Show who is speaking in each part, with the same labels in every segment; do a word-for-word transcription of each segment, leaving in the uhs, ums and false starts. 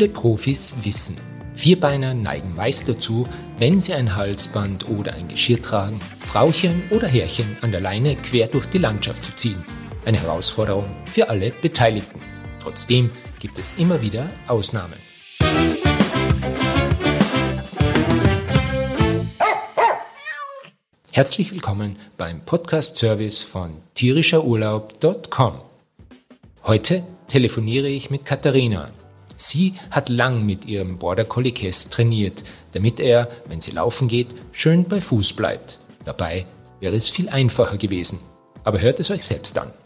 Speaker 1: Viele Profis wissen, Vierbeiner neigen meist dazu, wenn sie ein Halsband oder ein Geschirr tragen, Frauchen oder Herrchen an der Leine quer durch die Landschaft zu ziehen. Eine Herausforderung für alle Beteiligten. Trotzdem gibt es immer wieder Ausnahmen. Herzlich willkommen beim Podcast-Service von tierischerurlaub punkt com. Heute telefoniere ich mit Katharina. Sie hat lang mit ihrem Border Collie Kes trainiert, damit er, wenn sie laufen geht, schön bei Fuß bleibt. Dabei wäre es viel einfacher gewesen. Aber hört es euch selbst an.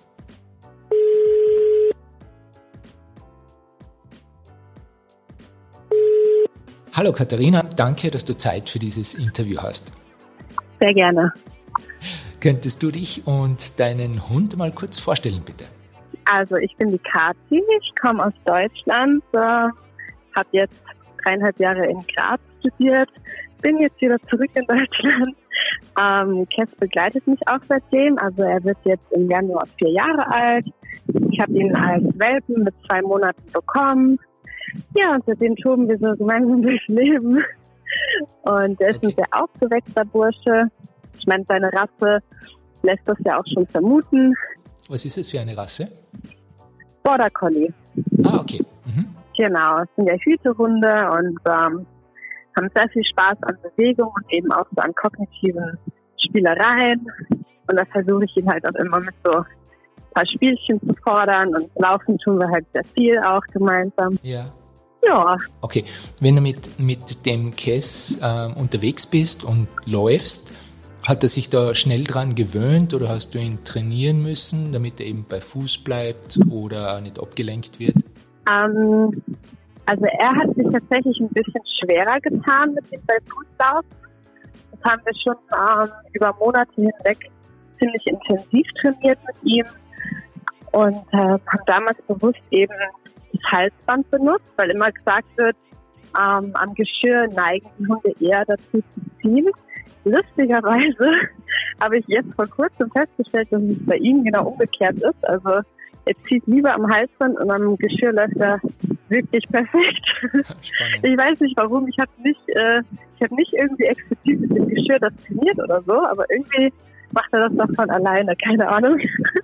Speaker 1: Hallo Katharina, danke, dass du Zeit für dieses Interview hast.
Speaker 2: Sehr gerne.
Speaker 1: Könntest du dich und deinen Hund mal kurz vorstellen, bitte?
Speaker 2: Also ich bin die Kathi, ich komme aus Deutschland, äh, habe jetzt dreieinhalb Jahre in Graz studiert, bin jetzt wieder zurück in Deutschland. Ähm, Kes begleitet mich auch seitdem, also er wird jetzt im Januar vier Jahre alt. Ich habe ihn als Welpen mit zwei Monaten bekommen. Ja, und seitdem toben wir so gemeinsam durchs Leben. Und er ist okay. Ein sehr aufgeweckter Bursche. Ich meine, seine Rasse lässt das ja auch schon vermuten.
Speaker 1: Was ist das für eine Rasse?
Speaker 2: Border Collie.
Speaker 1: Ah, okay. Mhm.
Speaker 2: Genau, es sind ja Hütehunde und ähm, haben sehr viel Spaß an Bewegung und eben auch so an kognitiven Spielereien. Und da versuche ich ihn halt auch immer mit so ein paar Spielchen zu fordern. Und laufen tun wir halt sehr viel auch gemeinsam.
Speaker 1: Ja.
Speaker 2: Ja.
Speaker 1: Okay, wenn du mit, mit dem Kes äh, unterwegs bist und läufst, hat er sich da schnell dran gewöhnt oder hast du ihn trainieren müssen, damit er eben bei Fuß bleibt oder nicht abgelenkt wird?
Speaker 2: Ähm, also er hat sich tatsächlich ein bisschen schwerer getan mit dem bei Fußlauf. Das haben wir schon ähm, über Monate hinweg ziemlich intensiv trainiert mit ihm und äh, haben damals bewusst eben das Halsband benutzt, weil immer gesagt wird, ähm, am Geschirr neigen die Hunde eher dazu zu ziehen. Lustigerweise habe ich jetzt vor kurzem festgestellt, dass es bei ihm genau umgekehrt ist. Also er zieht lieber am Halsband und am Geschirr läuft er wirklich perfekt. Spannend. Ich weiß nicht warum, ich habe nicht, äh, ich habe nicht irgendwie explizit mit dem Geschirr das trainiert oder so, aber irgendwie macht er das doch von alleine, keine Ahnung.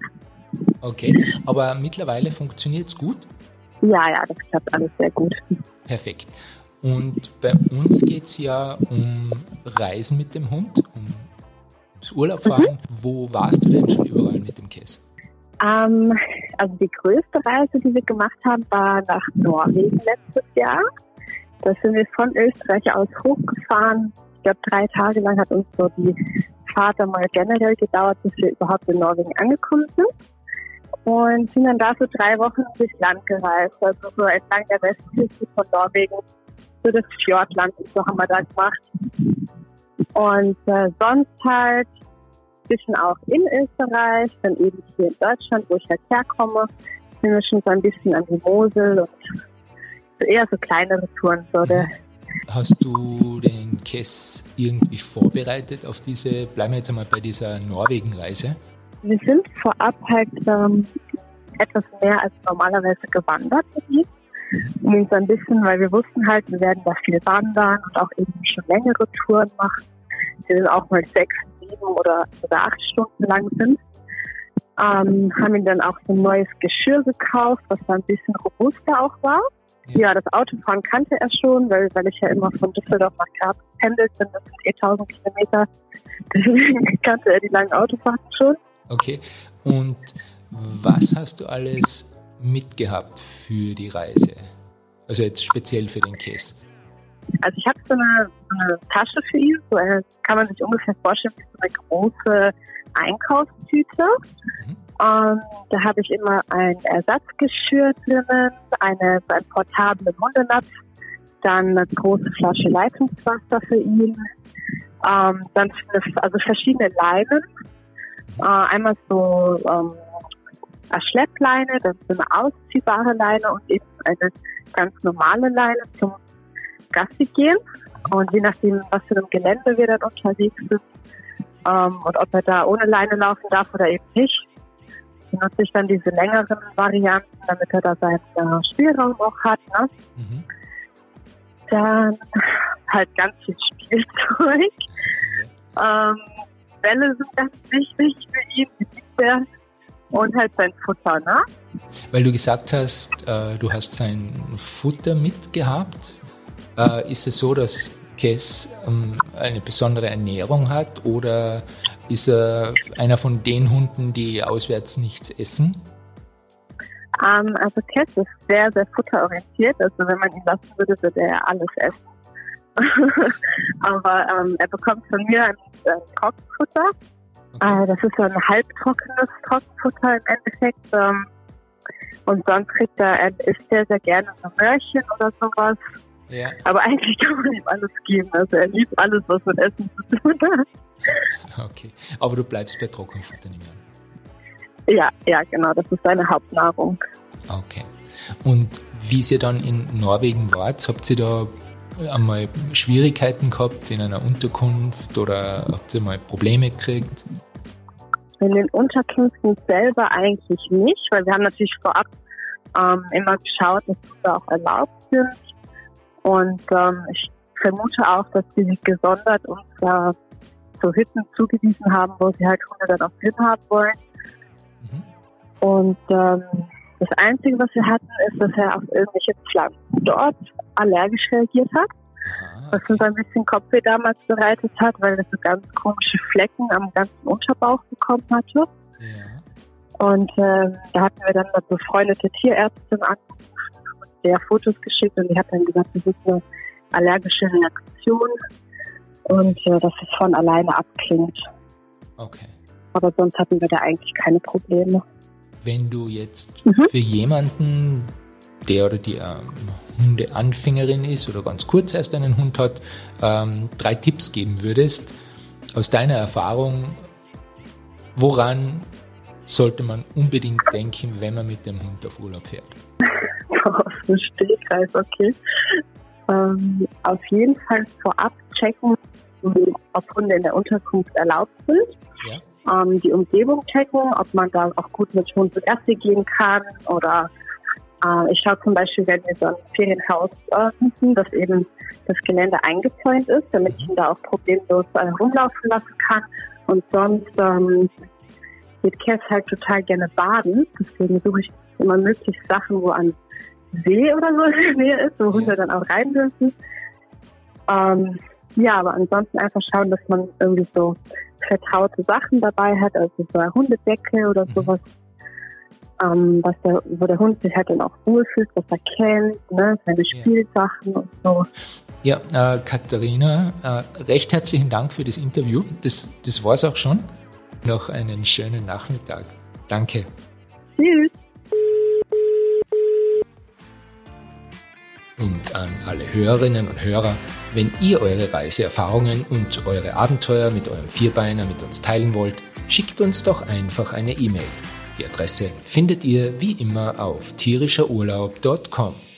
Speaker 1: Okay, aber mittlerweile funktioniert es gut?
Speaker 2: Ja, ja, das klappt alles sehr gut.
Speaker 1: Perfekt. Und bei uns geht es ja um Reisen mit dem Hund, um, ums Urlaubfahren. Mhm. Wo warst du denn schon überall mit dem Kes?
Speaker 2: Ähm, also die größte Reise, die wir gemacht haben, war nach Norwegen letztes Jahr. Da sind wir von Österreich aus hochgefahren. Ich glaube, drei Tage lang hat uns so die Fahrt einmal generell gedauert, bis wir überhaupt in Norwegen angekommen sind. Und sind dann da für drei Wochen durchs Land gereist, also so entlang der Westküste von Norwegen. So das Fjordland, so haben wir da gemacht. Und äh, sonst halt ein bisschen auch in Österreich, dann eben hier in Deutschland, wo ich halt herkomme, sind wir schon so ein bisschen an die Mosel und so eher so kleinere Touren. So der
Speaker 1: Hast du den Kes irgendwie vorbereitet auf diese, bleiben wir jetzt einmal bei dieser Norwegen-Reise?
Speaker 2: Wir sind vorab halt ähm, etwas mehr als normalerweise gewandert mit ihm. Um ihn so ein bisschen, weil wir wussten halt, wir werden da viel wandern und auch eben schon längere Touren machen, die dann auch mal sechs, sieben oder sogar acht Stunden lang sind. Ähm, haben ihm dann auch so ein neues Geschirr gekauft, was da ein bisschen robuster auch war. Ja, ja das Autofahren kannte er schon, weil, weil ich ja immer von Düsseldorf nach Graz pendelt bin, das sind eh tausend Kilometer. Deswegen kannte er die langen Autofahrten schon.
Speaker 1: Okay, und was hast du alles mitgehabt für die Reise? Also jetzt speziell für den Kes.
Speaker 2: Also ich habe so eine, so eine Tasche für ihn, so eine, kann man sich ungefähr vorstellen, wie so eine große Einkaufstüte. Mhm. Und da habe ich immer ein Ersatzgeschirr drinnen, eine, einen portablen Hundenapf, dann eine große Flasche Leitungswasser für ihn, ähm, dann also verschiedene Leinen, äh, einmal so ähm, eine Schleppleine, dann so eine ausziehbare Leine und eben eine ganz normale Leine zum Gassi gehen. Und je nachdem, was für ein Gelände wir dann unterwegs sind ähm, und ob er da ohne Leine laufen darf oder eben nicht, benutze ich dann diese längeren Varianten, damit er da seinen äh, Spielraum auch hat. Ne? Mhm. Dann halt ganz viel Spielzeug. Ähm, Bälle sind ganz wichtig für ihn, die liebt er. Und halt sein Futter, ne?
Speaker 1: Weil du gesagt hast, äh, du hast sein Futter mitgehabt. Äh, ist es so, dass Kes ähm, eine besondere Ernährung hat oder ist er einer von den Hunden, die auswärts nichts essen?
Speaker 2: Ähm, also Kes ist sehr, sehr futterorientiert. Also wenn man ihn lassen würde, würde er alles essen. Aber ähm, er bekommt von mir ein, ein Trockenfutter. Okay. Äh, das ist so ein halbtrockenes Trockenfutter im Endeffekt. Ähm, und sonst kriegt er, er isst sehr, sehr gerne so Möhrchen oder sowas. Ja. Aber eigentlich kann man ihm alles geben. Also er liebt alles, was mit Essen zu tun hat.
Speaker 1: Okay, aber du bleibst bei Trockenfutter nicht mehr.
Speaker 2: Ja, ja, genau, das ist seine Hauptnahrung.
Speaker 1: Okay. Und wie ihr dann in Norwegen wart, habt ihr da einmal Schwierigkeiten gehabt in einer Unterkunft oder habt ihr mal Probleme gekriegt?
Speaker 2: In den Unterkünften selber eigentlich nicht, weil wir haben natürlich vorab ähm, immer geschaut, dass wir auch erlaubt sind. Und ähm, ich vermute auch, dass sie gesondert uns da so Hütten zugewiesen haben, wo sie halt Hunde dann auch drin haben wollen. Mhm. Und ähm, das Einzige, was wir hatten, ist, dass er auf irgendwelche Pflanzen dort allergisch reagiert hat. Aha. Was uns ein bisschen Kopfweh damals bereitet hat, weil er so ganz komische Flecken am ganzen Unterbauch bekommen hatte. Ja. Und äh, da hatten wir dann eine befreundete Tierärztin angerufen und der Fotos geschickt und die hat dann gesagt, das ist eine allergische Reaktion und äh, dass es von alleine abklingt.
Speaker 1: Okay.
Speaker 2: Aber sonst hatten wir da eigentlich keine Probleme.
Speaker 1: Wenn du jetzt mhm. für jemanden, der oder die ähm, Hundeanfängerin ist oder ganz kurz erst einen Hund hat, ähm, drei Tipps geben würdest, aus deiner Erfahrung, woran sollte man unbedingt denken, wenn man mit dem Hund auf Urlaub fährt?
Speaker 2: Aus dem Stegreif, okay. Ähm, auf jeden Fall vorab checken, ob Hunde in der Unterkunft erlaubt sind. Ja. Ähm, die Umgebung checken, ob man da auch gut mit Hund zur Gassi gehen kann oder äh, ich schaue zum Beispiel, wenn wir so ein Ferienhaus äh, mieten, dass eben das Gelände eingezäunt ist, damit ich ihn da auch problemlos äh, rumlaufen lassen kann. Und sonst ähm, geht Kes halt total gerne baden. Deswegen suche ich immer möglichst Sachen, wo an See oder so in der Nähe ist, wo Hunde dann auch rein dürfen. Ähm, ja, aber ansonsten einfach schauen, dass man irgendwie so vertraute Sachen dabei hat, also so eine Hundedecke oder sowas, ähm, was der, wo der Hund sich halt dann auch wohlfühlt, was er kennt, ne, seine Spielsachen und so.
Speaker 1: Ja, äh, Katharina, äh, recht herzlichen Dank für das Interview. Das, das war es auch schon. Noch einen schönen Nachmittag. Danke.
Speaker 2: Tschüss.
Speaker 1: Und an alle Hörerinnen und Hörer, wenn ihr eure Reiseerfahrungen und eure Abenteuer mit eurem Vierbeiner mit uns teilen wollt, schickt uns doch einfach eine E-Mail. Die Adresse findet ihr wie immer auf tierischer urlaub punkt com.